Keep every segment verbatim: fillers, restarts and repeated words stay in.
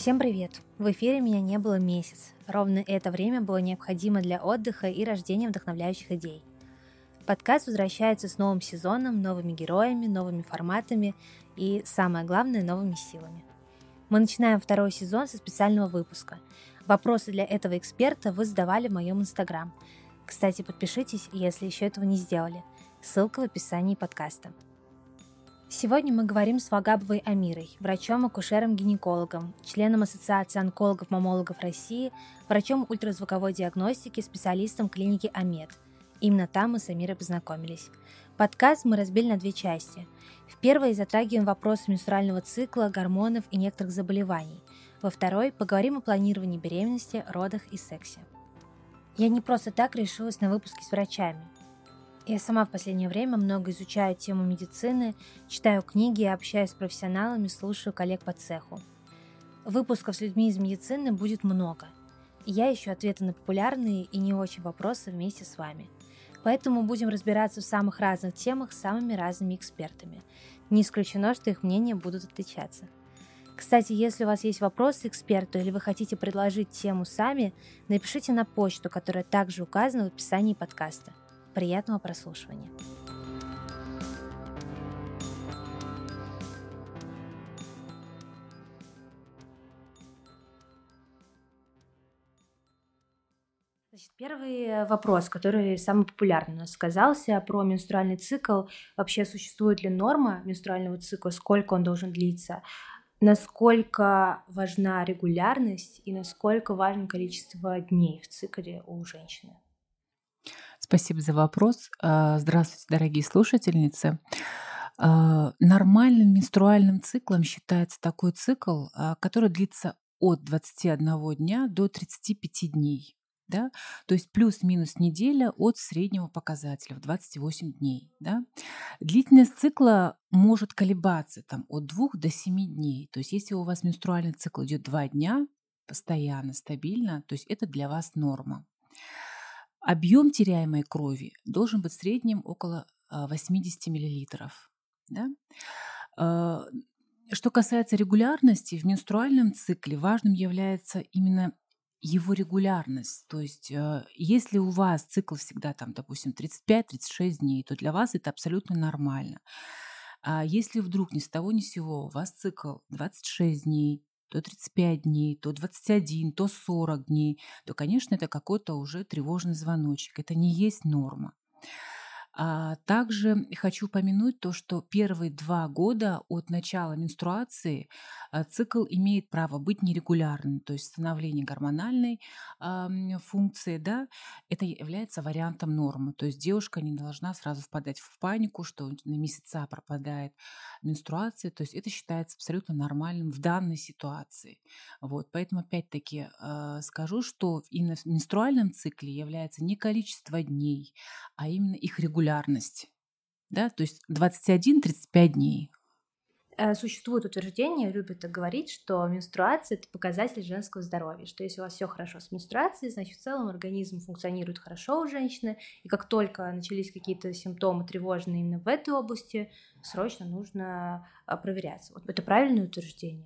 Всем привет! В эфире меня не было месяц. Ровно это время было необходимо для отдыха и рождения вдохновляющих идей. Подкаст возвращается с новым сезоном, новыми героями, новыми форматами и, самое главное, новыми силами. Мы начинаем второй сезон со специального выпуска. Вопросы для этого эксперта вы задавали в моем инстаграм. Кстати, подпишитесь, если еще этого не сделали. Ссылка в описании подкаста. Сегодня мы говорим с Вагабовой Амирой, врачом-акушером-гинекологом, членом Ассоциации онкологов-маммологов России, врачом ультразвуковой диагностики, специалистом клиники АМЕД. Именно там мы с Амирой познакомились. Подкаст мы разбили на две части. В первой затрагиваем вопросы менструального цикла, гормонов и некоторых заболеваний. Во второй поговорим о планировании беременности, родах и сексе. Я не просто так решилась на выпуски с врачами. Я сама в последнее время много изучаю тему медицины, читаю книги, общаюсь с профессионалами, слушаю коллег по цеху. Выпусков с людьми из медицины будет много. И я ищу ответы на популярные и не очень вопросы вместе с вами. Поэтому будем разбираться в самых разных темах с самыми разными экспертами. Не исключено, что их мнения будут отличаться. Кстати, если у вас есть вопросы к эксперту или вы хотите предложить тему сами, напишите на почту, которая также указана в описании подкаста. Приятного прослушивания. Значит, первый вопрос, который самый популярный у нас сказался, про менструальный цикл. Вообще, существует ли норма менструального цикла, сколько он должен длиться, насколько важна регулярность и насколько важно количество дней в цикле у женщины? Спасибо за вопрос. А, Здравствуйте, дорогие слушательницы. А, Нормальным менструальным циклом считается такой цикл, а, который длится от двадцати одного дня до тридцати пяти дней. Да? То есть плюс-минус неделя от среднего показателя в двадцать восемь дней. Да? Длительность цикла может колебаться там, от двух до семи дней. То есть если у вас менструальный цикл идет два дня, постоянно, стабильно, то есть это для вас норма. Объем теряемой крови должен быть в среднем около а, восемьдесят миллилитров. Да? А, Что касается регулярности, в менструальном цикле важным является именно его регулярность. То есть, э, если у вас цикл всегда, там, допустим, тридцать пять тридцать шесть дней, то для вас это абсолютно нормально. А если вдруг ни с того ни с сего у вас цикл двадцать шесть дней, то тридцать пять дней, то двадцать один, то сорок дней, то, конечно, это какой-то уже тревожный звоночек. Это не есть норма. А также хочу упомянуть то, что первые два года от начала менструации а, цикл имеет право быть нерегулярным, то есть становление гормональной ам, функции, да, это является вариантом нормы. То есть девушка не должна сразу впадать в панику, что на месяца пропадает менструация, то есть это считается абсолютно нормальным в данной ситуации. Вот, поэтому опять-таки э, скажу, что именно в менструальном цикле является не количество дней, а именно их регулярность. Да? То есть двадцать один тридцать пять дней. Э, Существует утверждение, любят так говорить, что менструация – это показатель женского здоровья, что если у вас все хорошо с менструацией, значит, в целом организм функционирует хорошо у женщины, и как только начались какие-то симптомы тревожные именно в этой области, срочно нужно а, проверяться. Вот это правильное утверждение?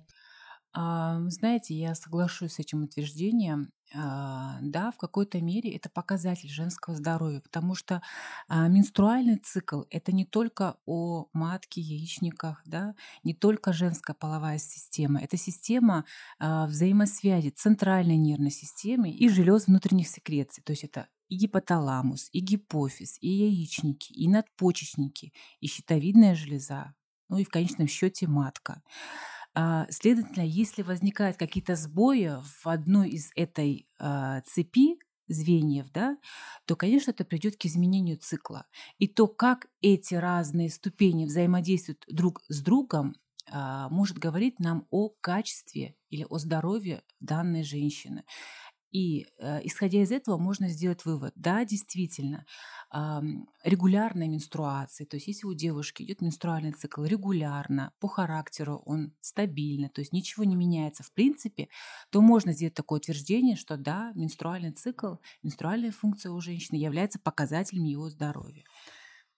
А, Знаете, я соглашусь с этим утверждением. А, Да, в какой-то мере это показатель женского здоровья, потому что а, менструальный цикл – это не только о матке, яичниках, да, не только женская половая система, это система а, взаимосвязи центральной нервной системы и желез внутренних секреций, то есть это и гипоталамус, и гипофиз, и яичники, и надпочечники, и щитовидная железа, ну и в конечном счете матка. А, Следовательно, если возникают какие-то сбои в одной из этой а, цепи звеньев, да, то, конечно, это придет к изменению цикла. И то, как эти разные ступени взаимодействуют друг с другом, а, может говорить нам о качестве или о здоровье данной женщины. И, э, исходя из этого, можно сделать вывод. Да, действительно, ам, регулярная менструация, то есть если у девушки идет менструальный цикл регулярно, по характеру он стабильный, то есть ничего не меняется в принципе, то можно сделать такое утверждение, что да, менструальный цикл, менструальная функция у женщины является показателем его здоровья.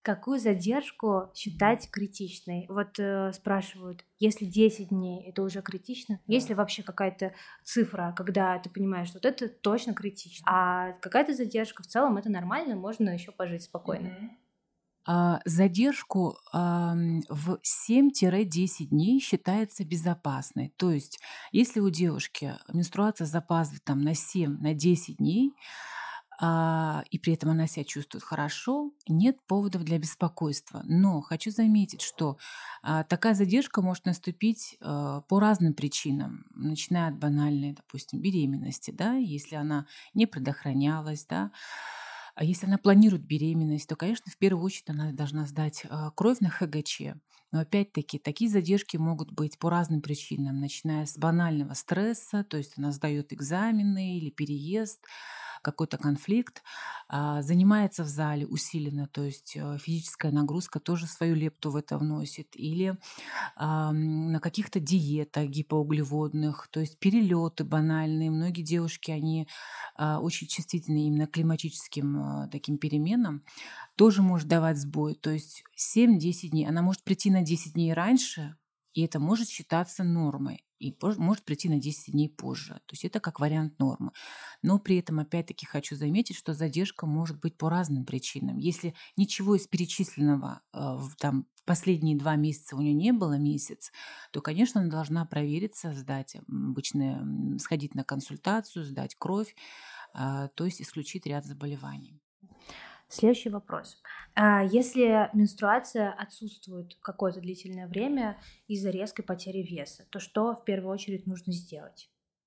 Какую задержку считать критичной? Вот э, спрашивают, если десять дней, это уже критично? Есть ли вообще какая-то цифра, когда ты понимаешь, что вот это точно критично? А какая-то задержка в целом это нормально, можно еще пожить спокойно. Мгм. А, Задержку ам, в семь-десять дней считается безопасной. То есть, если у девушки менструация запаздывает там на семь, на десять дней, а, и при этом она себя чувствует хорошо, нет поводов для беспокойства. Но хочу заметить, что а, такая задержка может наступить а, по разным причинам, начиная от банальной, допустим, беременности, да, если она не предохранялась, да. А если она планирует беременность, то, конечно, в первую очередь она должна сдать а, кровь на ха гэ че. Но опять-таки такие задержки могут быть по разным причинам, начиная с банального стресса, то есть она сдает экзамены или переезд, какой-то конфликт, а, занимается в зале усиленно, то есть э, физическая нагрузка тоже свою лепту в это вносит, или ам, на каких-то диетах гипоуглеводных, то есть перелеты банальные. Многие девушки, они а, очень чувствительны именно к климатическим а, таким переменам, тоже может давать сбой. То есть семь-десять дней. Она может прийти на десять дней раньше, и это может считаться нормой. И пож- может прийти на десять дней позже. То есть это как вариант нормы. Но при этом, опять-таки, хочу заметить, что задержка может быть по разным причинам. Если ничего из перечисленного э, в там, последние два месяца у нее не было, месяц, то, конечно, она должна провериться, сдать, м, обычно м, сходить на консультацию, сдать кровь, а, то есть исключить ряд заболеваний. Следующий вопрос. А если менструация отсутствует какое-то длительное время из-за резкой потери веса, то что в первую очередь нужно сделать?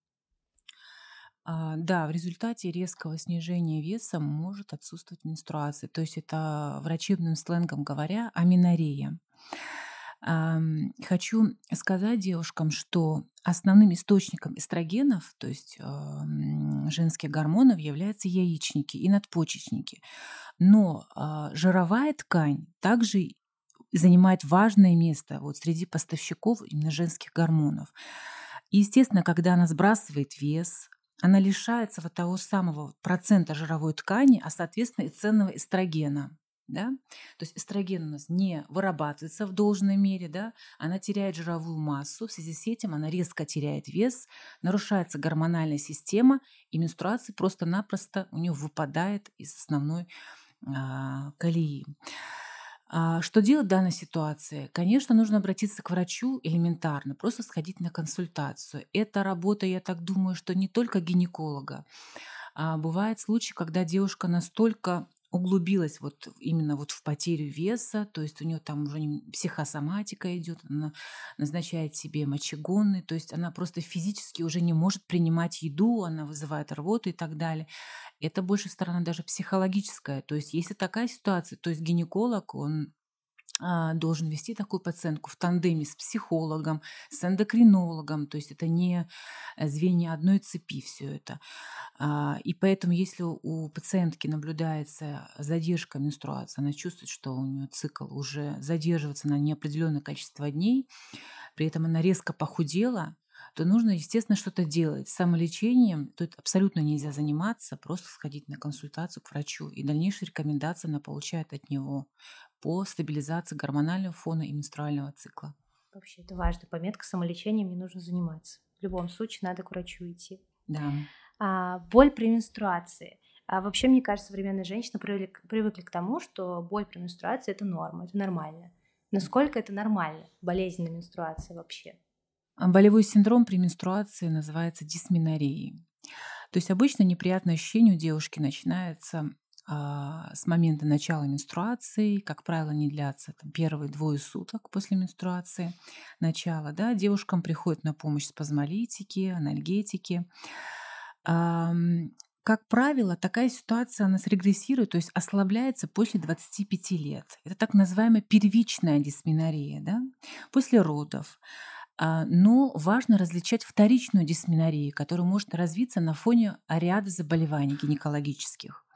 А, да, в результате резкого снижения веса может отсутствовать менструация. То есть это врачебным сленгом говоря аменорея. Ам, Хочу сказать девушкам, что основным источником эстрогенов, то есть ам, женских гормонов, являются яичники и надпочечники. Но а, жировая ткань также и занимает важное место вот среди поставщиков именно женских гормонов. И, естественно, когда она сбрасывает вес, она лишается вот того самого процента жировой ткани, а, соответственно, и ценного эстрогена. Да? То есть эстроген у нас не вырабатывается в должной мере, да? Она теряет жировую массу, в связи с этим она резко теряет вес, нарушается гормональная система, и менструация просто-напросто у нее выпадает из основной а, колеи. А, Что делать в данной ситуации? Конечно, нужно обратиться к врачу элементарно, просто сходить на консультацию. Это работа, я так думаю, что не только гинеколога. А бывает случай, когда девушка настолько углубилась вот именно вот в потерю веса, то есть у нее там уже не- психосоматика идет, она назначает себе мочегонный, то есть она просто физически уже не может принимать еду, она вызывает рвоту и так далее. Это больше сторона даже психологическая. То есть если такая ситуация, то есть гинеколог, он а, должен вести такую пациентку в тандеме с психологом, с эндокринологом, то есть это не э, звенья одной цепи все это. А, И поэтому, если у у пациентки наблюдается задержка менструации, она чувствует, что у нее цикл уже задерживается на неопределенное количество дней, при этом она резко похудела, то нужно, естественно, что-то делать. Самолечением тут абсолютно нельзя заниматься, просто сходить на консультацию к врачу. И дальнейшие рекомендации она получает от него по стабилизации гормонального фона и менструального цикла. Вообще, это важная пометка, самолечением не нужно заниматься. В любом случае надо к врачу идти. Да. А, боль при менструации. А вообще, мне кажется, современные женщины привыкли, к- привыкли к тому, что боль при менструации это норма, это нормально. Насколько это нормально, болезнь на менструации вообще? А Болевой синдром при менструации называется дисменореей. То есть обычно неприятное ощущение у девушки начинается а, с момента начала менструации, как правило, не длятся там, первые двое суток после менструации начала. Да, девушкам приходят на помощь спазмолитики, анальгетики. Ам, Как правило, такая ситуация, она срегрессирует, то есть ослабляется после двадцати пяти лет. Это так называемая первичная дисменорея, да, после родов. А, Но важно различать вторичную дисменорию, которая может развиться на фоне ряда заболеваний гинекологических.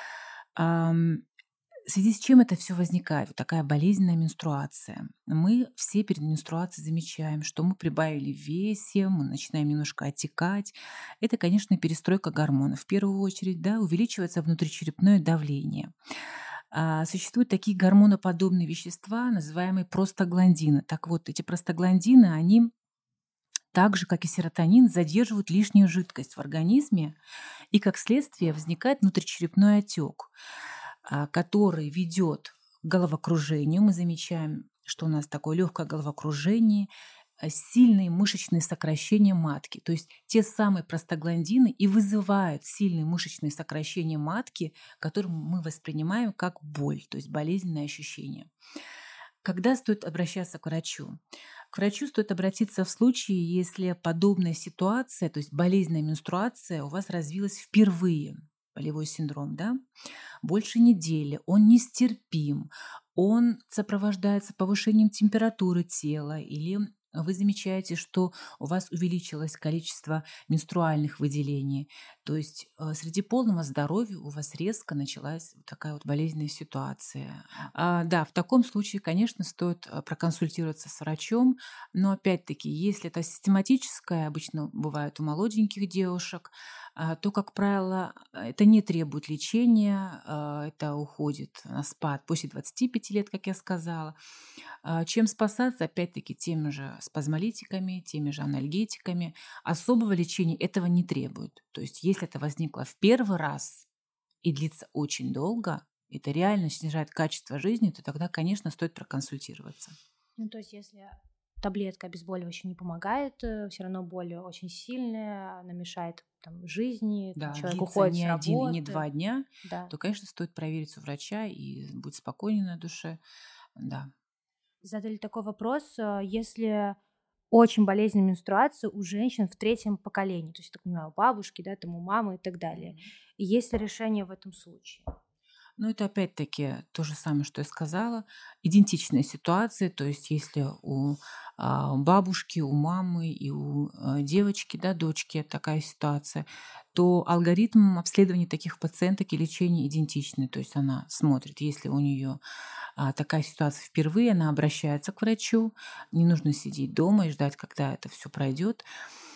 Ам, В связи с чем это все возникает, вот такая болезненная менструация? Мы все перед менструацией замечаем, что мы прибавили в весе, мы начинаем немножко отекать. Это, конечно, перестройка гормонов. В первую очередь, да, увеличивается внутричерепное давление. а, существуют такие гормоноподобные вещества, называемые простагландины. Так вот, эти простагландины, они так же, как и серотонин, задерживают лишнюю жидкость в организме, и как следствие возникает внутричерепной отек, а, который ведет к головокружению. Мы замечаем, что у нас такое легкое головокружение, а, сильные мышечные сокращения матки. То есть те самые простагландины и вызывают сильные мышечные сокращения матки, которые мы воспринимаем как боль, то есть болезненное ощущение. Когда стоит обращаться к врачу? К врачу стоит обратиться в случае, если подобная ситуация, то есть болезненная менструация, у вас развилась впервые, болевой синдром, да, больше недели, он нестерпим, он сопровождается повышением температуры тела, или вы замечаете, что у вас увеличилось количество менструальных выделений. То есть э, среди полного здоровья у вас резко началась вот такая вот болезненная ситуация. А, да, в таком случае, конечно, стоит э, проконсультироваться с врачом, но опять-таки, если это систематическое, обычно бывает у молоденьких девушек, а, то, как правило, это не требует лечения, а, это уходит на спад после двадцати пяти лет, как я сказала. А, Чем спасаться? Опять-таки, теми же спазмолитиками, теми же анальгетиками. Особого лечения этого не требует. То есть, если это возникло в первый раз и длится очень долго, это реально снижает качество жизни, то тогда, конечно, стоит проконсультироваться. Ну, то есть, если таблетка обезболивающая не помогает, все равно боль очень сильная, она мешает там, жизни, Да, человек длится уходит не с один и не работы. два дня, Да. то, конечно, стоит проверить у врача и быть спокойнее на душе. Да. Задали такой вопрос, э, если очень болезненная менструация у женщин в третьем поколении, то есть, я так понимаю, у бабушки, да, там у мамы и так далее. И есть ли решение в этом случае? Но это опять-таки то же самое, что я сказала. Идентичная ситуация, то есть если у а, бабушки, у мамы и у а, девочки, да, дочки такая ситуация, то алгоритм обследования таких пациенток и лечения идентичный. То есть она смотрит, если у нее такая ситуация впервые, она обращается к врачу, не нужно сидеть дома и ждать, когда это все пройдет.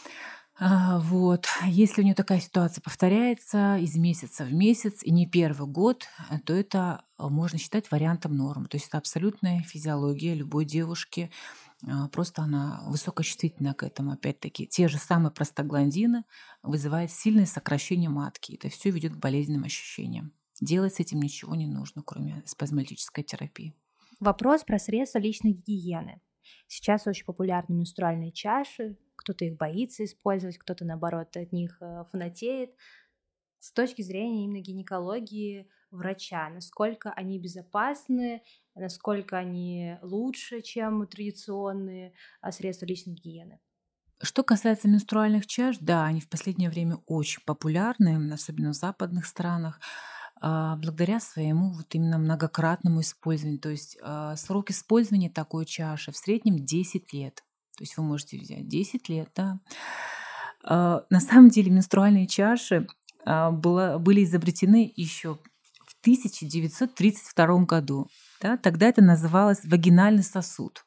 А, вот. Если у нее такая ситуация повторяется из месяца в месяц и не первый год, э, то это а, можно считать вариантом нормы. То есть это абсолютная физиология любой девушки. А, Просто она высокочувствительна к этому. Опять-таки, те же самые простагландины вызывают сильное сокращение матки. Это все ведет к болезненным ощущениям. Делать с этим ничего не нужно, кроме спазмолитической терапии. Вопрос про средства личной гигиены. Сейчас очень популярны менструальные чаши, кто-то их боится использовать, кто-то, наоборот, от них э, фанатеет. С точки зрения именно гинекологии врача, насколько они безопасны, насколько они лучше, чем традиционные а, средства личной гигиены. Что касается менструальных чаш, да, они в последнее время очень популярны, особенно в западных странах, а, благодаря своему вот именно многократному использованию. То есть а, срок использования такой чаши в среднем десять лет. То есть вы можете взять десять лет, да. А, На самом деле менструальные чаши а, было- были изобретены еще в тысяча девятьсот тридцать втором году. Да, тогда это называлось вагинальный сосуд.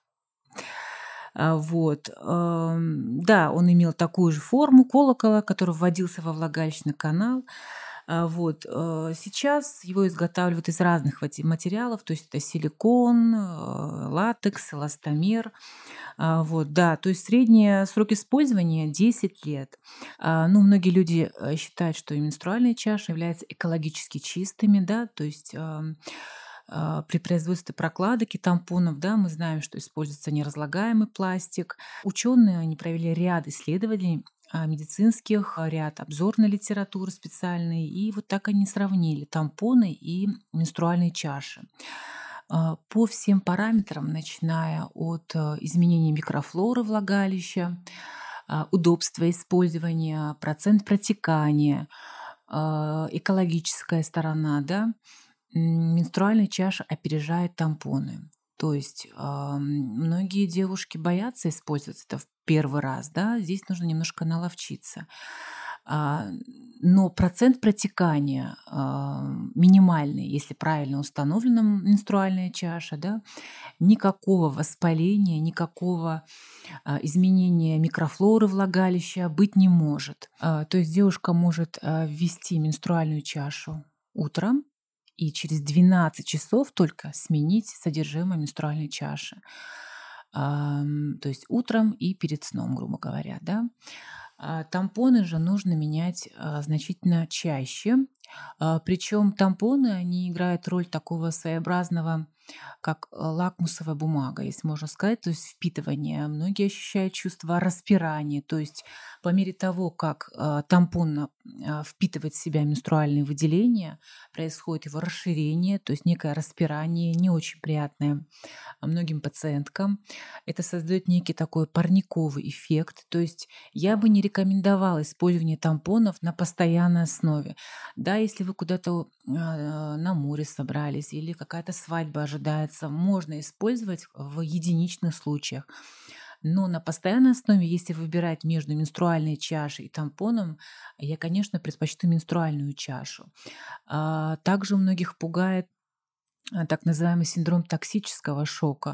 А, Вот. ам, Да, он имел такую же форму колокола, который вводился во влагалищный канал. А, Вот. э, Сейчас его изготавливают из разных вати- материалов, то есть это силикон, э, латекс, эластомер. А, Вот, да, то есть средний срок использования десять лет. А, Ну, многие люди э, считают, что и менструальные чаши являются экологически чистыми, да, то есть ам, а, при производстве прокладок и тампонов, да, мы знаем, что используется неразлагаемый пластик. Ученые, они провели ряд исследований а, медицинских, а, ряд обзорной литературы специальной, и вот так они сравнили тампоны и менструальные чаши. А, По всем параметрам, начиная от э, изменения микрофлоры влагалища, а, удобства использования, процент протекания, а, экологическая сторона, да, м, менструальная чаша опережает тампоны. То есть а, м, многие девушки боятся использовать это в первый раз, да, здесь нужно немножко наловчиться. А, Но процент протекания а, минимальный, если правильно установлена менструальная чаша, да, никакого воспаления, никакого а, изменения микрофлоры влагалища быть не может. А, То есть девушка может а, ввести менструальную чашу утром и через двенадцать часов только сменить содержимое менструальной чаши. Ам, то есть утром и перед сном, грубо говоря, да. А, тампоны же нужно менять, а, значительно чаще. А, причем тампоны, они играют роль такого своеобразного, как э, лакмусовая бумага, если можно сказать, то есть впитывание. Многие ощущают чувство распирания, то есть по мере того, как а, тампон на- а, впитывает в себя менструальные выделения, происходит его расширение, то есть некое распирание, не очень приятное а, многим пациенткам. Это создает некий такой парниковый эффект, то есть я бы не рекомендовала использование тампонов на постоянной основе. Да, если вы куда-то а, на море собрались или какая-то свадьба ожидается, можно использовать в единичных случаях. Но на постоянной основе, если выбирать между менструальной чашей и тампоном, я, конечно, предпочту менструальную чашу. А, Также многих пугает а, так называемый синдром токсического шока.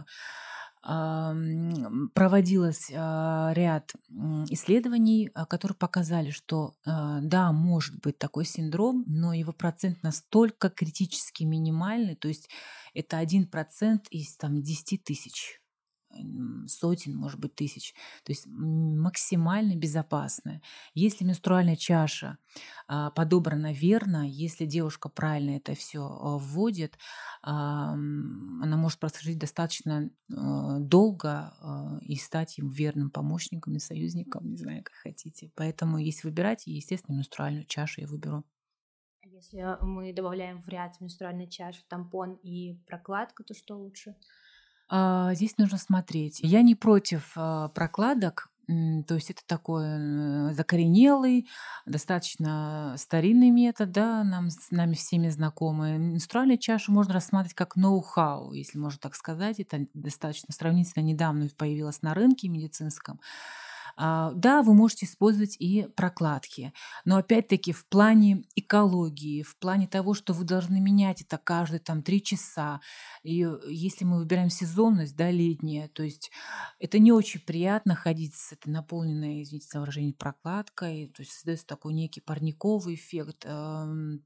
Ам, Проводилось а, ряд м, исследований, а, которые показали, что а, да, может быть такой синдром, но его процент настолько критически минимальный, то есть это один процент из там, десяти тысяч м, сотен, может быть, тысяч. То есть м, максимально безопасная. Если менструальная чаша а, подобрана верно, если девушка правильно это все вводит, а, м, она может прослужить достаточно а, долго а, и стать им верным помощником и союзником, не знаю, как хотите. Поэтому, если выбирать, естественно, менструальную чашу я выберу. А если мы добавляем в ряд менструальной чаши тампон и прокладка, то что лучше? А, здесь нужно смотреть. Я не против, а, прокладок. М, то есть это такой, э, закоренелый, достаточно старинный метод, да, нам с нами всеми знакомый. Менструальную чашу можно рассматривать как ноу-хау, если можно так сказать. Это достаточно сравнительно недавно появилось на рынке медицинском. А, да, вы можете использовать и прокладки, но опять-таки в плане экологии, в плане того, что вы должны менять это каждые там три часа, и э, если мы выбираем сезонность, да, летняя, то есть это не очень приятно ходить с этой наполненной, извините за выражение, прокладкой, то есть создается такой некий парниковый эффект, эм,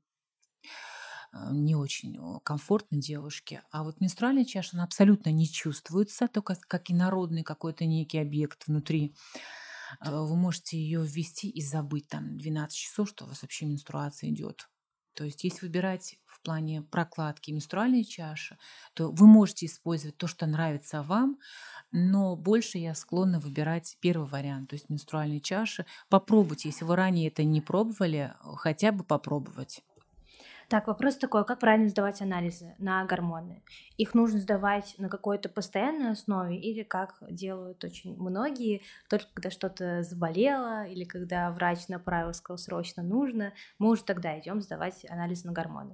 э, не очень э, комфортно девушке. А вот менструальная чаша, она абсолютно не чувствуется, только с- как инородный какой-то некий объект внутри. Э, Вы можете ее ввести и забыть там двенадцать часов, что у вас вообще менструация идет. То есть, если выбирать в плане прокладки менструальной чаши, то вы можете использовать то, что нравится вам, но больше я склонна выбирать первый вариант, то есть менструальные чаши. Попробуйте, если вы ранее это не пробовали, э, хотя бы попробовать. Так, вопрос такой, как правильно сдавать анализы на гормоны? Их нужно сдавать на какой-то постоянной основе или как делают очень многие, только когда что-то заболело или когда врач направил, сказал срочно нужно, мы уже тогда идем сдавать анализы на гормоны.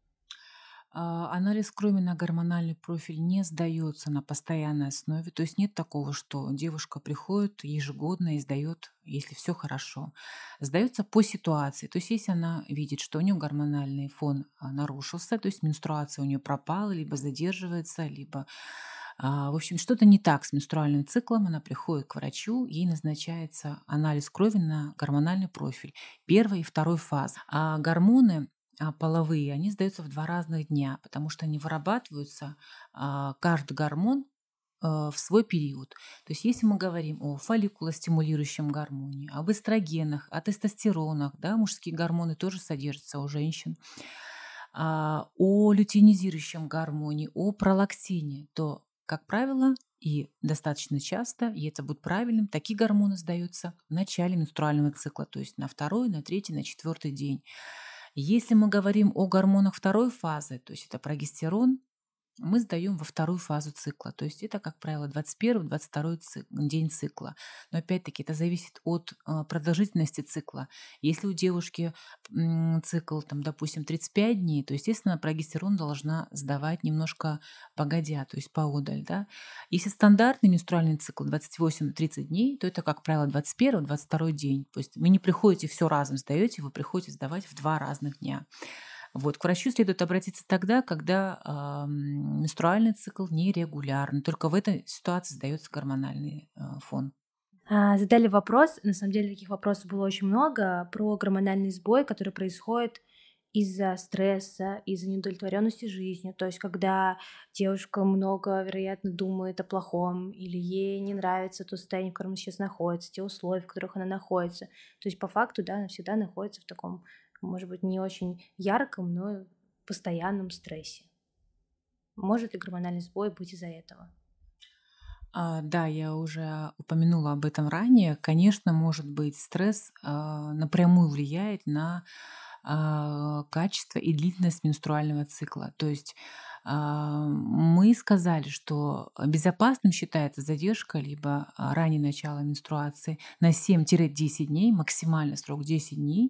А, Анализ крови на гормональный профиль не сдается на постоянной основе. То есть нет такого, что девушка приходит ежегодно и сдает, если все хорошо. Сдается по ситуации. То есть если она видит, что у нее гормональный фон а, нарушился, то есть менструация у нее пропала, либо задерживается, либо а, в общем, что-то не так с менструальным циклом, она приходит к врачу, ей назначается анализ крови на гормональный профиль первой и второй фазы. А гормоны а, половые, они сдаются в два разных дня, потому что они вырабатываются, а, каждый гормон а, в свой период. То есть если мы говорим о фолликулостимулирующем гормоне, об эстрогенах, о тестостеронах, да, мужские гормоны тоже содержатся у женщин, а, о лютеинизирующем гормоне, о пролактине, то, как правило, и достаточно часто, и это будет правильным, такие гормоны сдаются в начале менструального цикла, то есть на второй, на третий, на четвертый день. Если мы говорим о гормонах второй фазы, то есть это прогестерон, мы сдаем во вторую фазу цикла. То есть это, как правило, двадцать первый двадцать второй ци- день цикла. Но опять-таки это зависит от а, продолжительности цикла. Если у девушки м, цикл, там, допустим, тридцать пять дней, то, естественно, прогестерон должна сдавать немножко погодя, то есть поодаль. Да? Если стандартный менструальный цикл двадцать восемь тридцать дней, то это, как правило, двадцать первый двадцать второй день. То есть вы не приходите все разом сдаете, вы приходите сдавать в два разных дня. Вот, к врачу следует обратиться тогда, когда ам, менструальный цикл нерегулярный. Только в этой ситуации сдается гормональный а, фон. А, Задали вопрос, на самом деле таких вопросов было очень много, про гормональный сбой, который происходит из-за стресса, из-за неудовлетворенности жизнью. То есть, когда девушка много, вероятно, думает о плохом, или ей не нравится то состояние, в котором она сейчас находится, те условия, в которых она находится. То есть, по факту, да, она всегда находится в таком, может быть, не очень ярком, но постоянном стрессе. Может ли гормональный сбой быть из-за этого? А, да, я уже упомянула об этом ранее. Конечно, может быть, стресс а, напрямую влияет на а, качество и длительность менструального цикла. То есть а, мы сказали, что безопасным считается задержка либо а, раннее начало менструации на семь-десять дней, максимальный срок десять дней.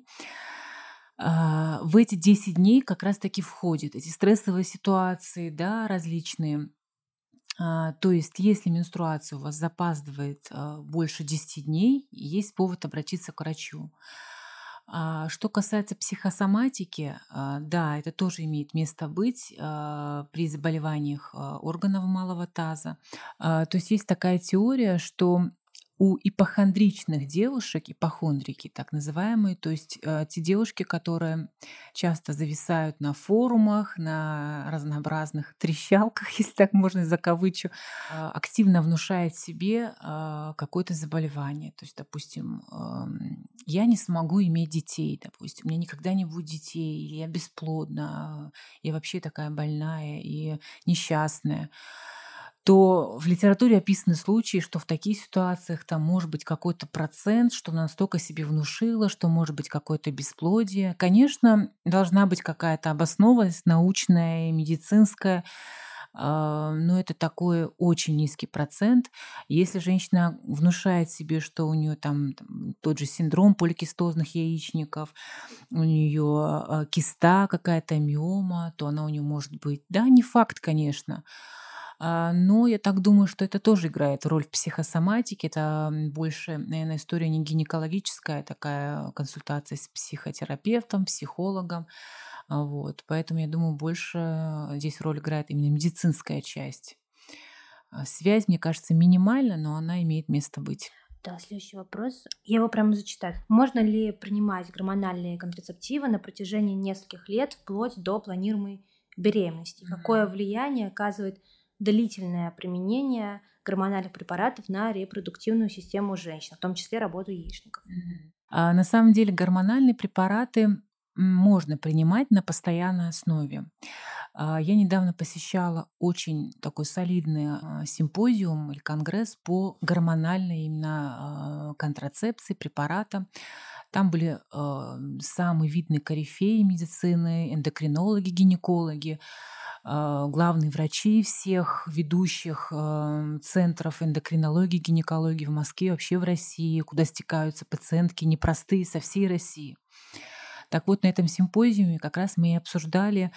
А, В эти десять дней как раз-таки входят эти стрессовые ситуации, да, различные. А, то есть, если менструация у вас запаздывает а, больше десяти дней, есть повод обратиться к врачу. А, Что касается психосоматики, а, да, это тоже имеет место быть а, при заболеваниях а, органов малого таза. А, То есть есть такая теория, что у ипохондричных девушек, ипохондрики так называемые, то есть э, те девушки, которые часто зависают на форумах, на разнообразных трещалках, если так можно закавычу, а, активно внушает себе а, какое-то заболевание. То есть, допустим, ам, я не смогу иметь детей, допустим, у меня никогда не будет детей, или я бесплодна, я вообще такая больная и несчастная, то в литературе описаны случаи, что в таких ситуациях там может быть какой-то процент, что она настолько себе внушила, что может быть какое-то бесплодие. Конечно, должна быть какая-то обоснованность научная и медицинская, а, но это такой очень низкий процент. Если женщина внушает себе, что у нее там, там тот же синдром поликистозных яичников, у нее киста какая-то, миома, то она у нее может быть. Да, не факт, конечно. А, но я так думаю, что это тоже играет роль в психосоматике. Это м, больше, наверное, история не гинекологическая, а такая консультация с психотерапевтом, психологом. А, Вот. Поэтому я думаю, больше здесь роль играет именно медицинская часть. А, Связь, мне кажется, минимальна, но она имеет место быть. Да, следующий вопрос. Я его прямо зачитаю. Можно ли принимать гормональные контрацептивы на протяжении нескольких лет вплоть до планируемой беременности? Какое влияние оказывает длительное применение гормональных препаратов на репродуктивную систему женщин, в том числе работу яичников? Мгм. А, На самом деле гормональные препараты м, можно принимать на постоянной основе. А, Я недавно посещала очень такой солидный а, симпозиум или конгресс по гормональной именно а, контрацепции, препаратам. Там были а, самые видные корифеи медицины, эндокринологи, гинекологи, а, главные врачи всех ведущих а, центров эндокринологии, гинекологии в Москве, вообще в России, куда стекаются пациентки непростые со всей России. Так вот, на этом симпозиуме как раз мы и обсуждали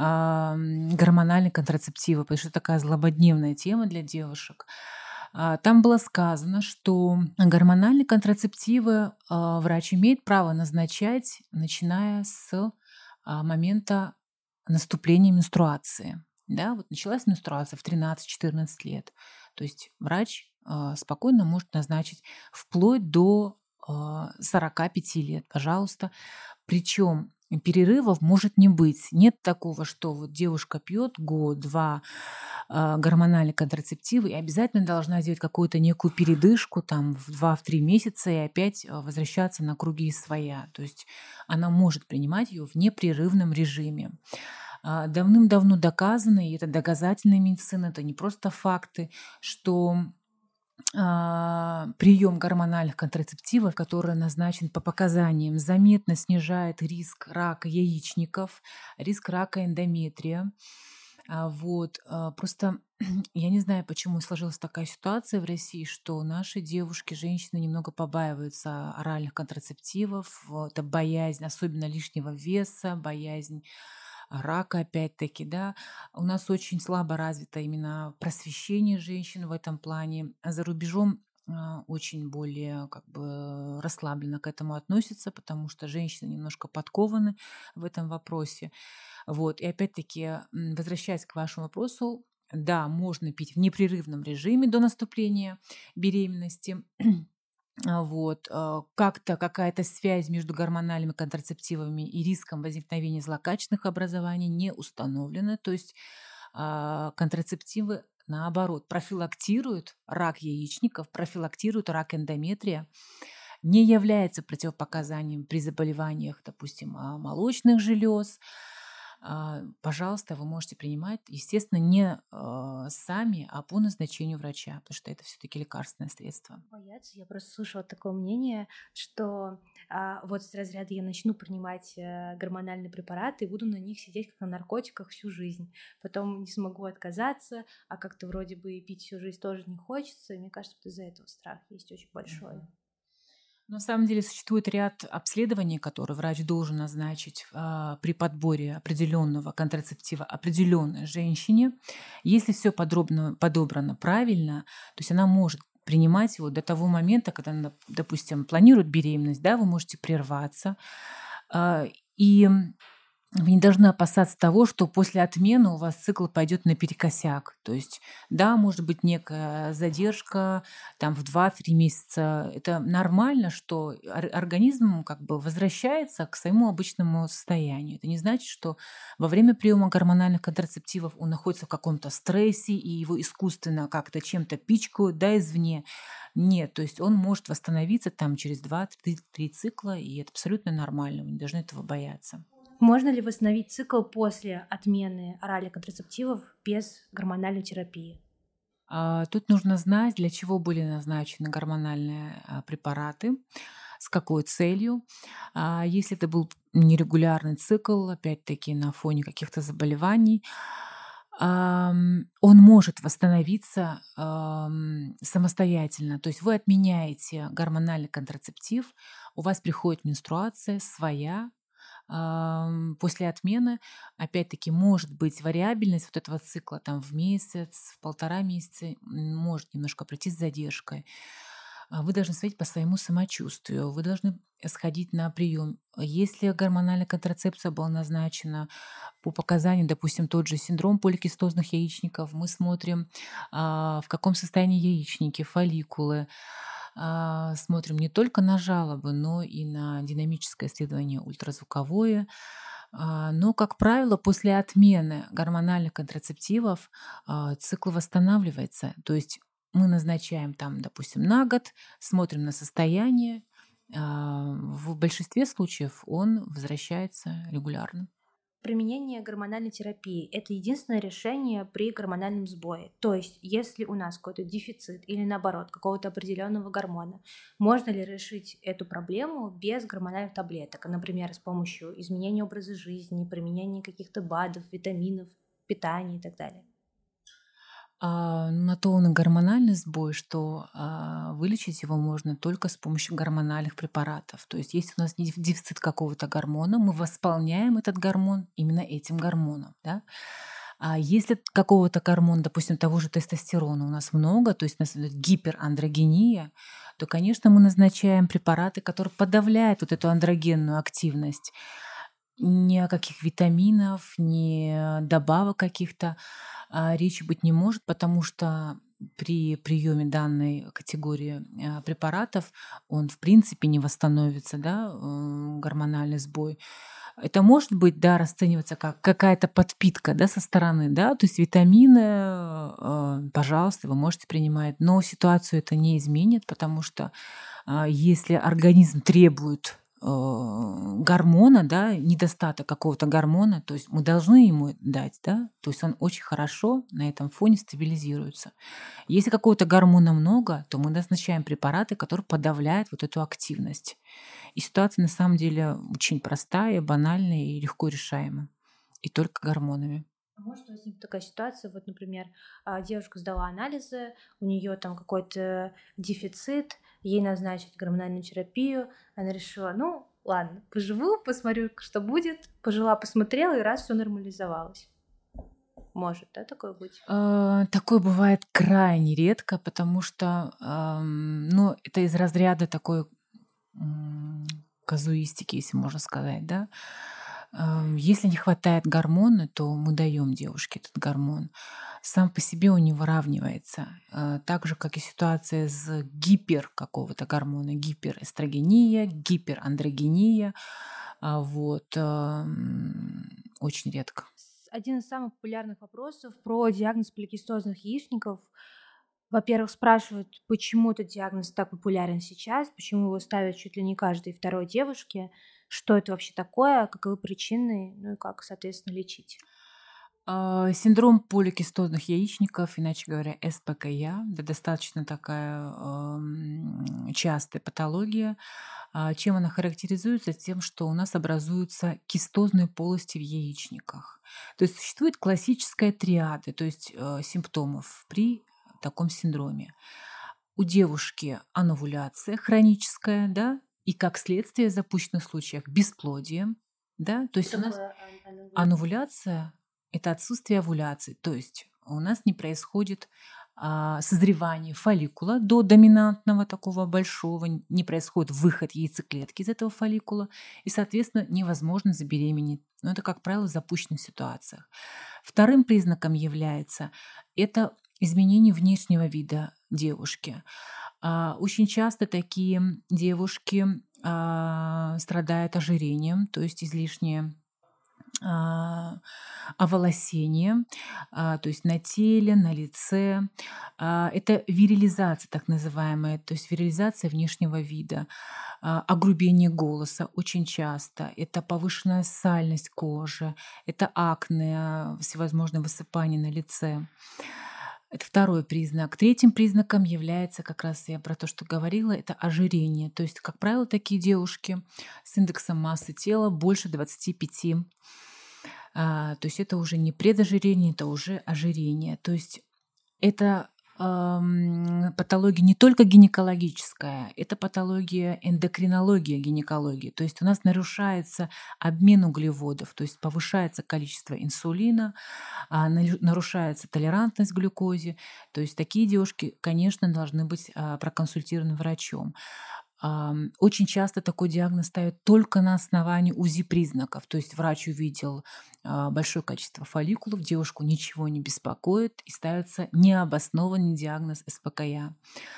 а, м, гормональные контрацептивы, потому что это такая злободневная тема для девушек. А, Там было сказано, что гормональные контрацептивы а, врач имеет право назначать, начиная с а, момента наступления менструации. Да, вот началась менструация в тринадцать-четырнадцать лет. То есть врач а, спокойно может назначить вплоть до а, сорока пяти лет, пожалуйста. Причем перерывов может не быть. Нет такого, что вот девушка пьет год-два а, гормональные контрацептивы и обязательно должна сделать какую-то некую передышку там в два-три месяца и опять а, возвращаться на круги своя. То есть она может принимать ее в непрерывном режиме. А, Давным-давно доказано, и это доказательная медицина, это не просто факты, что а, прием гормональных контрацептивов, который назначен по показаниям, заметно снижает риск рака яичников, риск рака эндометрия. А, Вот. а, Просто я не знаю, почему сложилась такая ситуация в России, что наши девушки, женщины немного побаиваются оральных контрацептивов. Вот, это боязнь, особенно лишнего веса, боязнь рака, опять-таки, да. У нас очень слабо развито именно просвещение женщин в этом плане. А за рубежом а, очень более как бы расслабленно к этому относятся, потому что женщины немножко подкованы в этом вопросе. Вот. И опять-таки, м, возвращаясь к вашему вопросу, да, можно пить в непрерывном режиме до наступления беременности. А, вот, а, как-то какая-то связь между гормональными контрацептивами и риском возникновения злокачественных образований не установлена. То есть а, контрацептивы, наоборот, профилактируют рак яичников, профилактируют рак эндометрия, не является противопоказанием при заболеваниях, допустим, а, молочных желез. А, Пожалуйста, вы можете принимать, естественно, не а, сами, а по назначению врача, потому что это все-таки лекарственное средство. Бояться. Я просто слышала такое мнение, что а, вот с разряда я начну принимать э, гормональные препараты и буду на них сидеть как на наркотиках всю жизнь. Потом не смогу отказаться, а как-то вроде бы и пить всю жизнь тоже не хочется. И мне кажется, вот из-за этого страх есть очень большой. На самом деле существует ряд обследований, которые врач должен назначить а, при подборе определенного контрацептива определенной женщине. Если все подробно подобрано правильно, то есть она может принимать его до того момента, когда она, допустим, планирует беременность, да, вы можете прерваться. А, и вы не должны опасаться того, что после отмены у вас цикл пойдет наперекосяк. То есть, да, может быть некая задержка там в два-три месяца. Это нормально, что ор- организм как бы возвращается к своему обычному состоянию. Это не значит, что во время приема гормональных контрацептивов он находится в каком-то стрессе и его искусственно как-то чем-то пичкают, да, извне. Нет, то есть он может восстановиться там через два-три цикла, и это абсолютно нормально, вы не должны этого бояться. Можно ли восстановить цикл после отмены оральных контрацептивов без гормональной терапии? А, Тут нужно знать, для чего были назначены гормональные а, препараты, с какой целью. А, Если это был нерегулярный цикл, опять-таки на фоне каких-то заболеваний, ам, он может восстановиться ам, самостоятельно. То есть вы отменяете гормональный контрацептив, у вас приходит менструация своя. Ам, После отмены, опять-таки, может быть вариабельность вот этого цикла там в месяц, в полтора месяца, м, может немножко пройти с задержкой. А Вы должны смотреть по своему самочувствию, вы должны сходить на прием. Если гормональная контрацепция была назначена по показаниям, допустим, тот же синдром поликистозных яичников, мы смотрим, а, в каком состоянии яичники, фолликулы, а, смотрим не только на жалобы, но и на динамическое исследование ультразвуковое. А, Но, как правило, после отмены гормональных контрацептивов а, цикл восстанавливается. То есть мы назначаем там, допустим, на год, смотрим на состояние. а, В большинстве случаев он возвращается регулярно. Применение гормональной терапии– это единственное решение при гормональном сбое. То есть, если у нас какой-то дефицит или наоборот какого-то определенного гормона, можно ли решить эту проблему без гормональных таблеток, а, например, с помощью изменения образа жизни, применения каких-то БАДов, витаминов, питания и так далее? А, на то он и гормональный сбой, что а, вылечить его можно только с помощью гормональных препаратов. То есть, если у нас деф- дефицит какого-то гормона, мы восполняем этот гормон именно этим гормоном. Да? А если какого-то гормона, допустим, того же тестостерона у нас много, то есть у нас идет гиперандрогения, то, конечно, мы назначаем препараты, которые подавляют вот эту андрогенную активность. Ни о каких витаминов, ни добавок каких-то а, речи быть не может, потому что при приеме данной категории а, препаратов он в принципе не восстановится, да, м, гормональный сбой. Это может быть, да, расцениваться как какая-то подпитка, да, со стороны, да, то есть витамины, э, пожалуйста, вы можете принимать, но ситуацию это не изменит, потому что а, если организм требует э, гормона, да, недостаток какого-то гормона, то есть мы должны ему дать, да, то есть он очень хорошо на этом фоне стабилизируется. Если какого-то гормона много, то мы назначаем препараты, которые подавляют вот эту активность. И ситуация на самом деле очень простая, банальная и легко решаема. И только гормонами. А может возникнуть такая ситуация, вот, например, а, девушка сдала анализы, у нее там какой-то дефицит, ей назначить гормональную терапию, она решила, ну, ладно, поживу, посмотрю, что будет, пожила, посмотрела, и раз все нормализовалось. Может, да, такое быть? А, Такое бывает крайне редко, потому что, ам, ну, это из разряда такой м, казуистики, если можно сказать, да. Ам, Если не хватает гормона, то мы даем девушке этот гормон. Сам по себе он не выравнивается. А, Так же, как и ситуация с гипер какого-то гормона, гиперэстрогения, гиперандрогения. А, Вот. ам, Очень редко. Один из самых популярных вопросов про диагноз поликистозных яичников. Во-первых, спрашивают, почему этот диагноз так популярен сейчас, почему его ставят чуть ли не каждой второй девушке, что это вообще такое, каковы причины, ну и как, соответственно, лечить. А, Синдром поликистозных яичников, иначе говоря, эс пэ ка я, это достаточно такая ам, частая патология. А, Чем она характеризуется? Тем, что у нас образуются кистозные полости в яичниках. То есть существует классическая триада, то есть э, симптомов при таком синдроме. У девушки ановуляция хроническая, да, и как следствие в запущенных случаях бесплодие, да, то есть у нас ановуляция– это отсутствие овуляции, то есть у нас не происходит а, созревание фолликула до доминантного такого большого, н- не происходит выход яйцеклетки из этого фолликула, и, соответственно, невозможно забеременеть. Но это, как правило, в запущенных ситуациях. Вторым признаком является это изменение внешнего вида девушки. А, Очень часто такие девушки а, страдают ожирением, то есть излишнее а, оволосение, а, то есть на теле, на лице. А, Это вирилизация так называемая, то есть вирилизация внешнего вида, а, огрубение голоса очень часто, это повышенная сальность кожи, это акне, а, всевозможные высыпания на лице. Это второй признак. Третьим признаком является, как раз я про то, что говорила, это ожирение. То есть, как правило, такие девушки с индексом массы тела больше двадцати пяти. А, то есть это уже не предожирение, это уже ожирение. То есть это ам, патология не только гинекологическая, это патология эндокринология гинекологии. То есть у нас нарушается обмен углеводов, то есть повышается количество инсулина, а, налю- нарушается толерантность к глюкозе. То есть такие девушки, конечно, должны быть а, проконсультированы врачом. Ам, Очень часто такой диагноз ставят только на основании УЗИ признаков. То есть врач увидел а, большое количество фолликулов, девушку ничего не беспокоит и ставится необоснованный диагноз эс пэ ка я.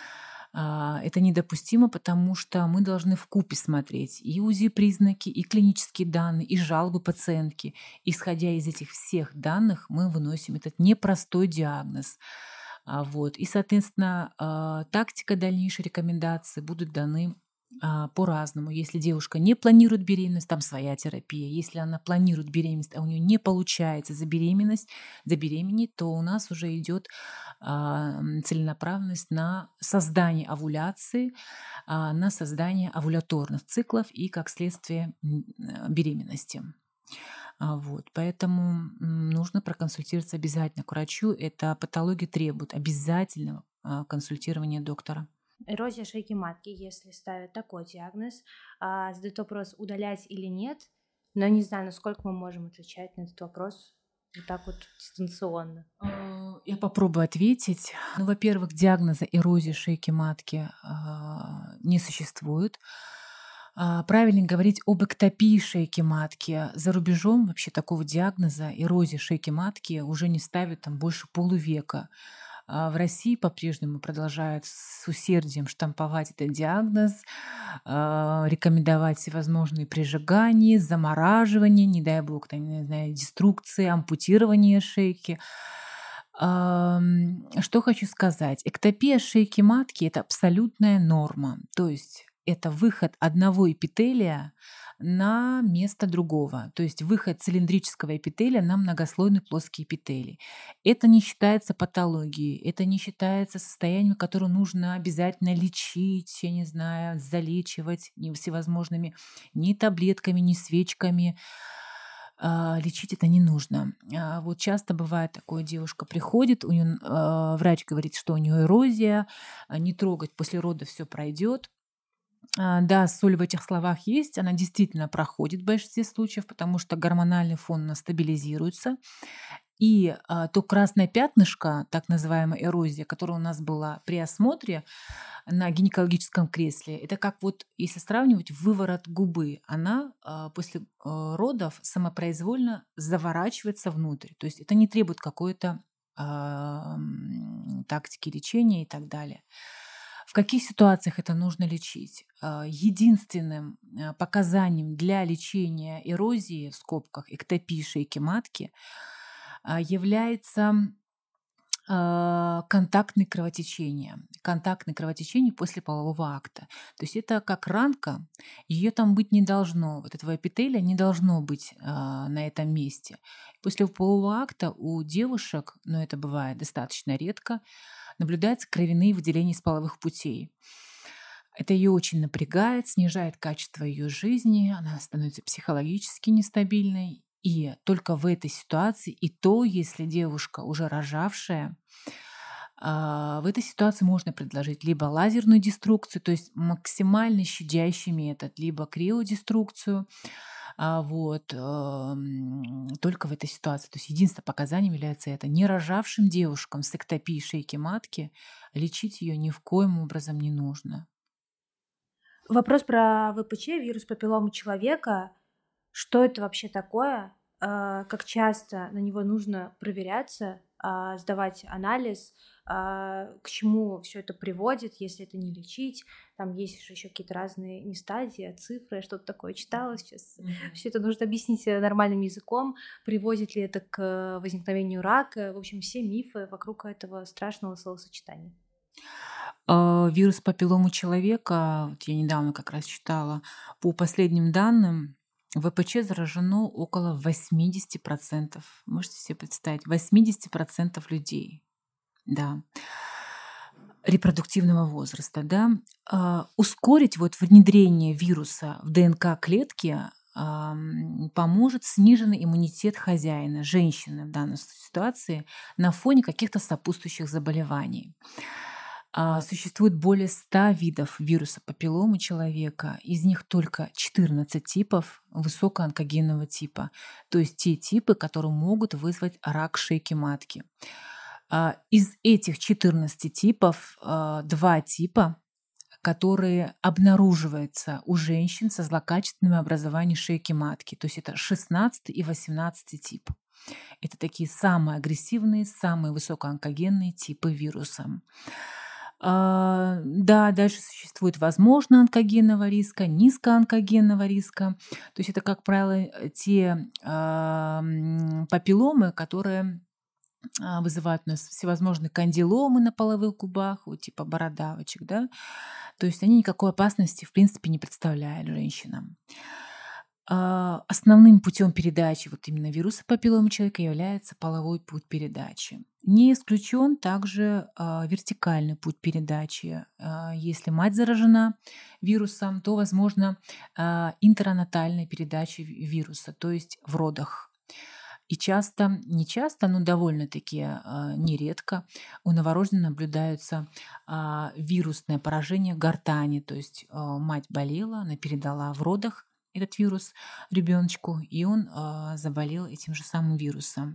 А, Это недопустимо, потому что мы должны вкупе смотреть и УЗИ признаки, и клинические данные, и жалобы пациентки. Исходя из этих всех данных, мы выносим этот непростой диагноз. А, Вот. И, соответственно, а, тактика дальнейшей рекомендации будут даны а, по-разному. Если девушка не планирует беременность, там своя терапия. Если она планирует беременность, а у нее не получается за беременность, забеременеть, то у нас уже идет а, м, целенаправленность на создание овуляции, а, на создание овуляторных циклов и, как следствие, м, э, беременности. А, Вот, поэтому м, нужно проконсультироваться обязательно к врачу. Эта патология требует обязательного а, консультирования доктора. Эрозия шейки матки, если ставят такой диагноз, а, задают вопрос, удалять или нет, но не знаю, насколько мы можем отвечать на этот вопрос вот так вот дистанционно. А, Я попробую ответить. Ну, во-первых, диагноза эрозии шейки матки а, не существует. А, Правильно говорить об эктопии шейки матки. За рубежом вообще такого диагноза эрозии шейки матки уже не ставят там больше полувека. А В России по-прежнему продолжают с усердием штамповать этот диагноз, а, рекомендовать всевозможные прижигания, замораживания, не дай бог, там, не знаю, деструкции, ампутирование шейки. Ам, Что хочу сказать. Эктопия шейки матки– это абсолютная норма. То есть это выход одного эпителия на место другого. То есть выход цилиндрического эпителия на многослойный плоский эпителий. Это не считается патологией, это не считается состоянием, которое нужно обязательно лечить, я не знаю, залечивать ни всевозможными ни таблетками, ни свечками. А, Лечить это не нужно. А, Вот часто бывает такое, девушка приходит, у нее врач говорит, что у нее эрозия, а, не трогать, после рода все пройдет. А, Да, соль в этих словах есть, она действительно проходит в большинстве случаев, потому что гормональный фон у нас стабилизируется, И а, то красное пятнышко, так называемая эрозия, которая у нас была при осмотре на гинекологическом кресле, это как вот, если сравнивать, выворот губы. Она а, после а, родов самопроизвольно заворачивается внутрь. То есть это не требует какой-то а, м, тактики лечения и так далее. В каких ситуациях это нужно лечить? А, Единственным а, показанием для лечения эрозии, в скобках, эктопии шейки матки, а, является а, контактное кровотечение. Контактное кровотечение после полового акта. То есть это как ранка, ее там быть не должно. Вот этого эпителия не должно быть а, на этом месте. После полового акта у девушек, но это бывает достаточно редко, наблюдаются кровяные выделения из половых путей. Это ее очень напрягает, снижает качество ее жизни, она становится психологически нестабильной. И только в этой ситуации, и то, если девушка уже рожавшая, а, в этой ситуации можно предложить либо лазерную деструкцию, то есть максимально щадящий метод, либо криодеструкцию. А, вот, ам, только в этой ситуации. То есть единственным показанием является это. Не рожавшим девушкам с эктопией шейки матки лечить ее ни в коем образом не нужно. Вопрос про ВПЧ, вирус папилломы человека. Что это вообще такое? А, Как часто на него нужно проверяться, а, сдавать анализ? А, К чему все это приводит, если это не лечить? Там есть же еще какие-то разные не стадии, а цифры. Я что-то такое читала сейчас. Все это нужно объяснить э, нормальным языком. Приводит ли это к возникновению рака? В общем, все мифы вокруг этого страшного словосочетания. А, Вирус папилломы человека, вот я недавно как раз читала, по последним данным, ВПЧ заражено около восемьдесят процентов. Можете себе представить, восемьдесят процентов людей, да, репродуктивного возраста, да. А, ускорить вот внедрение вируса в ДНК клетки ам, поможет сниженный иммунитет хозяина, женщины в данной ситуации, на фоне каких-то сопутствующих заболеваний. А, Существует более ста видов вируса папилломы человека, из них только четырнадцать типов высокоонкогенного типа, то есть те типы, которые могут вызвать рак шейки матки. А, Из этих четырнадцати типов а, два типа, которые обнаруживаются у женщин со злокачественным образованием шейки матки, то есть это шестнадцатый и восемнадцатый тип. Это такие самые агрессивные, самые высокоонкогенные типы вируса. А, Да, дальше существует возможно онкогенного риска, низкоонкогенного риска. То есть это, как правило, э, те а, м, папилломы, которые а, вызывают у нас всевозможные кандиломы на половых губах, вот типа бородавочек, да. То есть они никакой опасности, в принципе, не представляют женщинам. А, Основным путем передачи вот именно вируса папилломы человека является половой путь передачи. Не исключен также а, вертикальный путь передачи. А, Если мать заражена вирусом, то возможно а, интеранатальная передача ви- вируса, то есть в родах. И часто, не часто, но довольно-таки а, нередко у новорожденных наблюдается а, вирусное поражение гортани. То есть а, мать болела, она передала в родах этот вирус ребеночку, и он а, заболел этим же самым вирусом.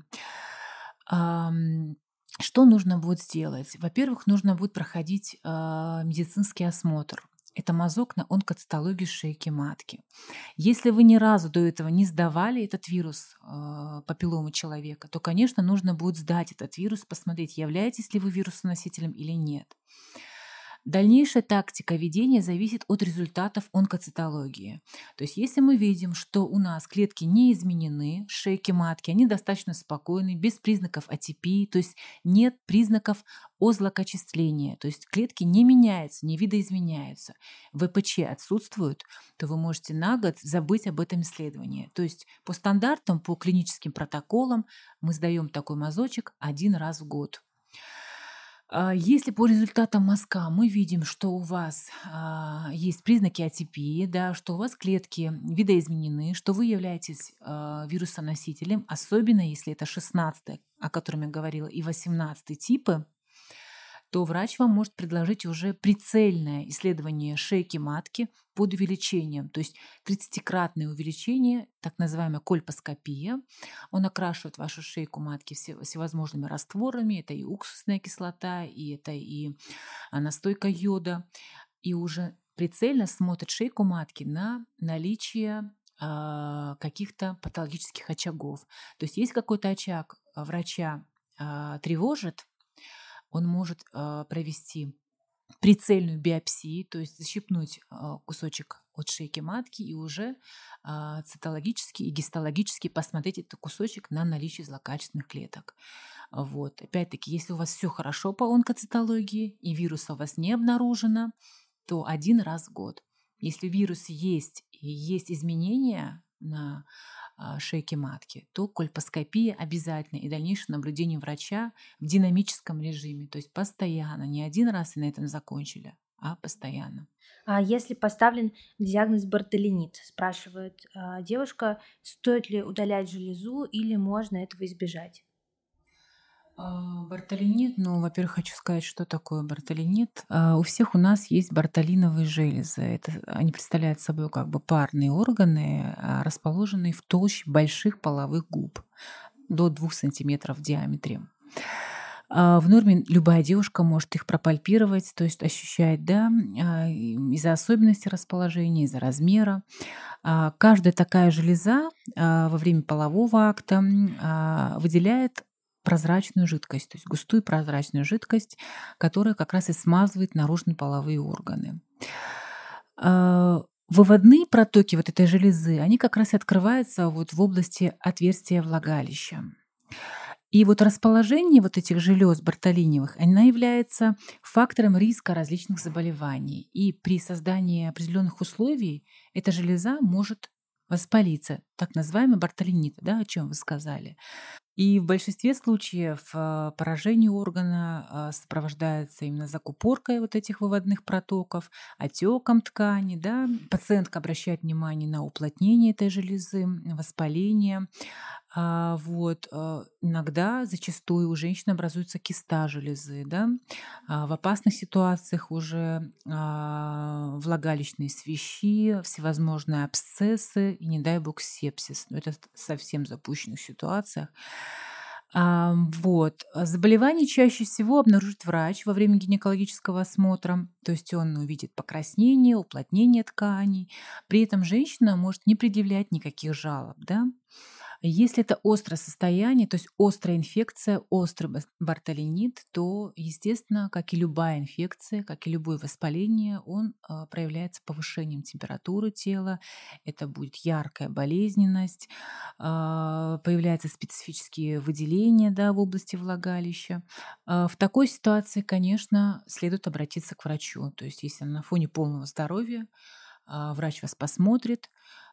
Ам, Что нужно будет сделать? Во-первых, нужно будет проходить а, медицинский осмотр. Это мазок на онкоцитологию шейки матки. Если вы ни разу до этого не сдавали этот вирус а, папилломы человека, то, конечно, нужно будет сдать этот вирус, посмотреть, являетесь ли вы вирусоносителем или нет. Дальнейшая тактика ведения зависит от результатов онкоцитологии. То есть если мы видим, что у нас клетки не изменены, шейки матки, они достаточно спокойны, без признаков атипии, то есть нет признаков озлокочисления, то есть клетки не меняются, не видоизменяются, ВПЧ отсутствуют, то вы можете на год забыть об этом исследовании. То есть по стандартам, по клиническим протоколам мы сдаем такой мазочек один раз в год. А, Если по результатам мазка мы видим, что у вас а, есть признаки атипии, да, что у вас клетки видоизменены, что вы являетесь а, вирусоносителем, особенно если это шестнадцатый, о котором я говорила, и восемнадцатый типы, то врач вам может предложить уже прицельное исследование шейки матки под увеличением, то есть тридцатикратное увеличение, так называемая кольпоскопия. Он окрашивает вашу шейку матки все- всевозможными растворами. Это и уксусная кислота, и это и а, настойка йода. И уже прицельно смотрит шейку матки на наличие а, каких-то патологических очагов. То есть есть какой-то очаг а, врача а, тревожит, он может а, провести прицельную биопсию, то есть защипнуть а, кусочек от шейки матки и уже а, цитологически и гистологически посмотреть этот кусочек на наличие злокачественных клеток. Вот. Опять-таки, если у вас все хорошо по онкоцитологии и вируса у вас не обнаружено, то один раз в год. Если вирус есть и есть изменения на а, шейке матки, то кольпоскопия обязательно и дальнейшее наблюдение врача в динамическом режиме, то есть постоянно, не один раз и на этом закончили, а постоянно. А если поставлен диагноз бартолинит, спрашивает а, девушка, стоит ли удалять железу или можно этого избежать? А, Бартолинит, ну, во-первых, хочу сказать, что такое бартолинит. А, У всех у нас есть бартолиновые железы. Это, они представляют собой как бы парные органы, а, расположенные в толще больших половых губ до двух сантиметров в диаметре. А, В норме любая девушка может их пропальпировать, то есть ощущать, да, а, и из-за особенностей расположения, из-за размера. А, Каждая такая железа а, во время полового акта м, а, выделяет прозрачную жидкость, то есть густую прозрачную жидкость, которая как раз и смазывает наружные половые органы. А, Выводные протоки вот этой железы, они как раз и открываются вот в области отверстия влагалища. И вот расположение вот этих желез бартолиневых, она является фактором риска различных заболеваний. И при создании определенных условий эта железа может воспалиться, так называемый бартолинит, да, о чем вы сказали. И в большинстве случаев а, поражение органа а, сопровождается именно закупоркой вот этих выводных протоков, отеком ткани. Да. Пациентка обращает внимание на уплотнение этой железы, воспаление. А, Вот. а, Иногда, зачастую у женщины образуется киста железы. Да. А, В опасных ситуациях уже а, влагалищные свищи, всевозможные абсцессы и, не дай бог, сепсис. Но это в совсем запущенных ситуациях. А, Вот. а Заболевание чаще всего обнаружит врач во время гинекологического осмотра, то есть он увидит покраснение, уплотнение тканей. При этом женщина может не предъявлять никаких жалоб. Да? Если это острое состояние, то есть острая инфекция, острый бас- бартолинит, то, естественно, как и любая инфекция, как и любое воспаление, он а, проявляется повышением температуры тела, это будет яркая болезненность, а, появляются специфические выделения, да, в области влагалища. А, В такой ситуации, конечно, следует обратиться к врачу. То есть если на фоне полного здоровья а, врач вас посмотрит,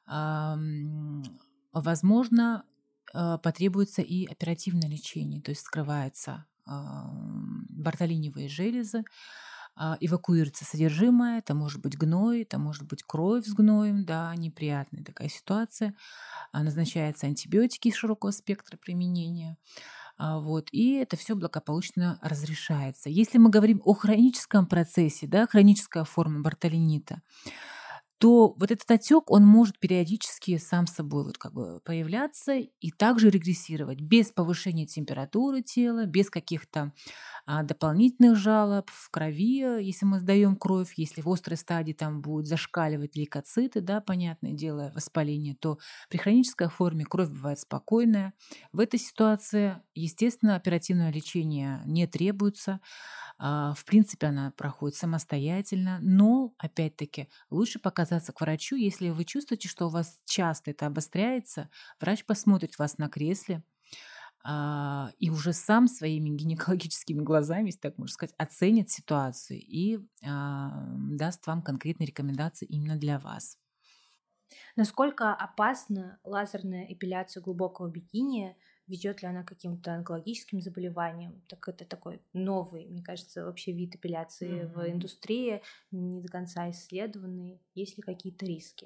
ам, возможно, а, потребуется и оперативное лечение, то есть скрывается ам, бартолиневые железы, а, эвакуируется содержимое, это может быть гной, это может быть кровь с гноем, да, неприятная такая ситуация. А, Назначаются антибиотики широкого спектра применения. А, Вот, и это все благополучно разрешается. Если мы говорим о хроническом процессе, да, хроническая форма бартолинита, то вот этот отек, он может периодически сам собой вот как бы появляться и также регрессировать без повышения температуры тела, без каких-то а, дополнительных жалоб в крови, э, если мы сдаем кровь, если в острой стадии там будут зашкаливать лейкоциты, да, понятное дело, воспаление, то при хронической форме кровь бывает спокойная. В этой ситуации, естественно, оперативное лечение не требуется. А, В принципе, она проходит самостоятельно, но, опять-таки, лучше показаться к врачу, если вы чувствуете, что у вас часто это обостряется, врач посмотрит вас на кресле, а, и уже сам своими гинекологическими глазами, если так можно сказать, оценит ситуацию и а, даст вам конкретные рекомендации именно для вас. Насколько опасна лазерная эпиляция глубокого бикини? Ведет ли она к каким-то онкологическим заболеваниям? Так это такой новый, мне кажется, вообще вид эпиляции в Мгм. индустрии, не до конца исследованный. Есть ли какие-то риски?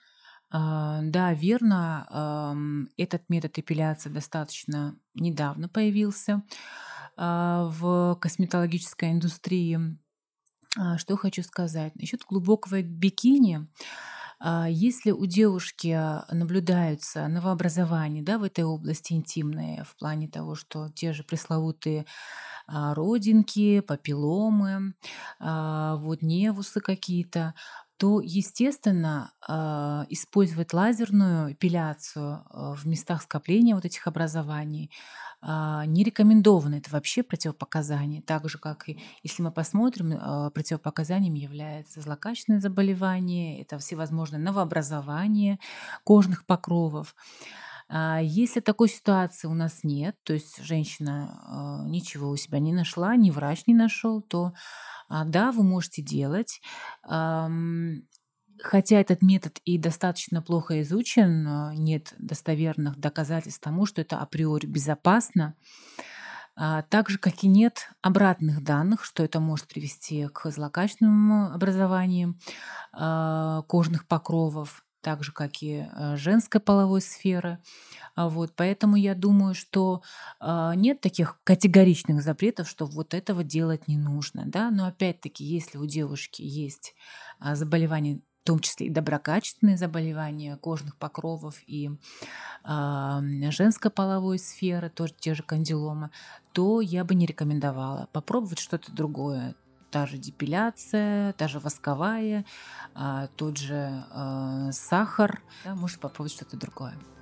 А, Да, верно. ам, Этот метод эпиляции достаточно недавно появился. в косметологической индустрии. Что хочу сказать? Насчет глубокого бикини. Если у девушки наблюдаются новообразования, да, в этой области интимной, в плане того, что те же пресловутые родинки, папилломы, вот невусы какие-то, то, естественно, использовать лазерную эпиляцию в местах скопления вот этих образований не рекомендовано. Это вообще противопоказание. Так же, как и если мы посмотрим, противопоказанием является злокачественное заболевание, это всевозможные новообразования кожных покровов. Если такой ситуации у нас нет, то есть женщина ничего у себя не нашла, ни врач не нашел, то да, вы можете делать. Хотя этот метод и достаточно плохо изучен, нет достоверных доказательств тому, что это априори безопасно, так же, как и нет обратных данных, что это может привести к злокачественным образованиям кожных покровов, так же, как и женской половой сферы. Вот, поэтому я думаю, что нет таких категоричных запретов, что вот этого делать не нужно. Да? Но опять-таки, если у девушки есть заболевания, в том числе и доброкачественные заболевания кожных покровов и э, женской половой сферы, тоже те же кандиломы, то я бы не рекомендовала попробовать что-то другое. Та же депиляция, та же восковая, э, тот же э, сахар. Да, может попробовать что-то другое.